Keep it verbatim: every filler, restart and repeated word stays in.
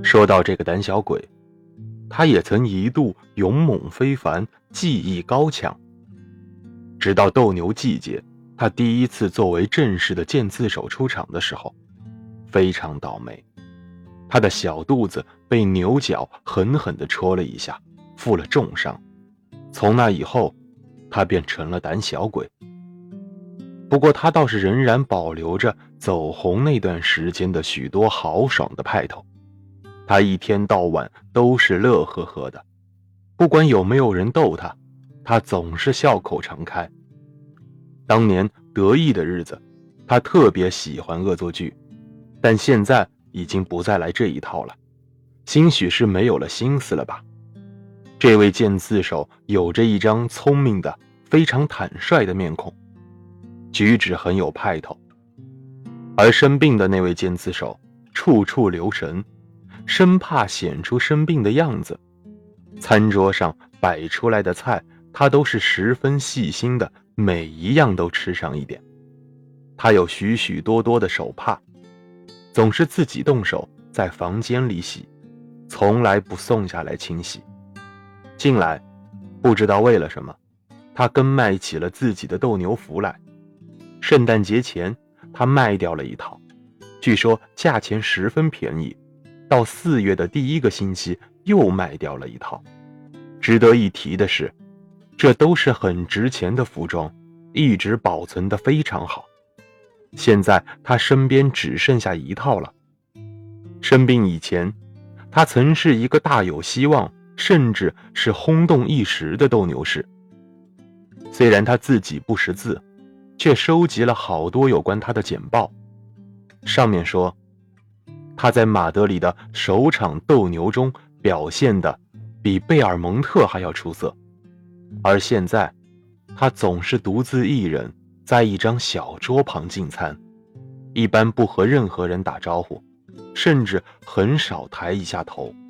说到这个胆小鬼，他也曾一度勇猛非凡，技艺高强。直到斗牛季节，他第一次作为正式的剑刺手出场的时候，非常倒霉，他的小肚子被牛角狠狠地戳了一下，负了重伤。从那以后，他便成了胆小鬼。不过他倒是仍然保留着走红那段时间的许多豪爽的派头，他一天到晚都是乐呵呵的，不管有没有人逗他，他总是笑口常开。当年得意的日子，他特别喜欢恶作剧，但现在已经不再来这一套了，兴许是没有了心思了吧。这位剑刺手有着一张聪明的非常坦率的面孔，举止很有派头，而生病的那位剑刺手处处留神，生怕显出生病的样子。餐桌上摆出来的菜，他都是十分细心的，每一样都吃上一点。他有许许多多的手帕，总是自己动手在房间里洗，从来不送下来清洗。近来不知道为了什么，他更卖起了自己的斗牛服来。圣诞节前他卖掉了一套，据说价钱十分便宜，到四月的第一个星期又卖掉了一套。值得一提的是，这都是很值钱的服装，一直保存得非常好。现在他身边只剩下一套了。生病以前，他曾是一个大有希望，甚至是轰动一时的斗牛士。虽然他自己不识字，却收集了好多有关他的简报。上面说，他在马德里的首场斗牛中表现的比贝尔蒙特还要出色，而现在他总是独自一人在一张小桌旁进餐，一般不和任何人打招呼，甚至很少抬一下头。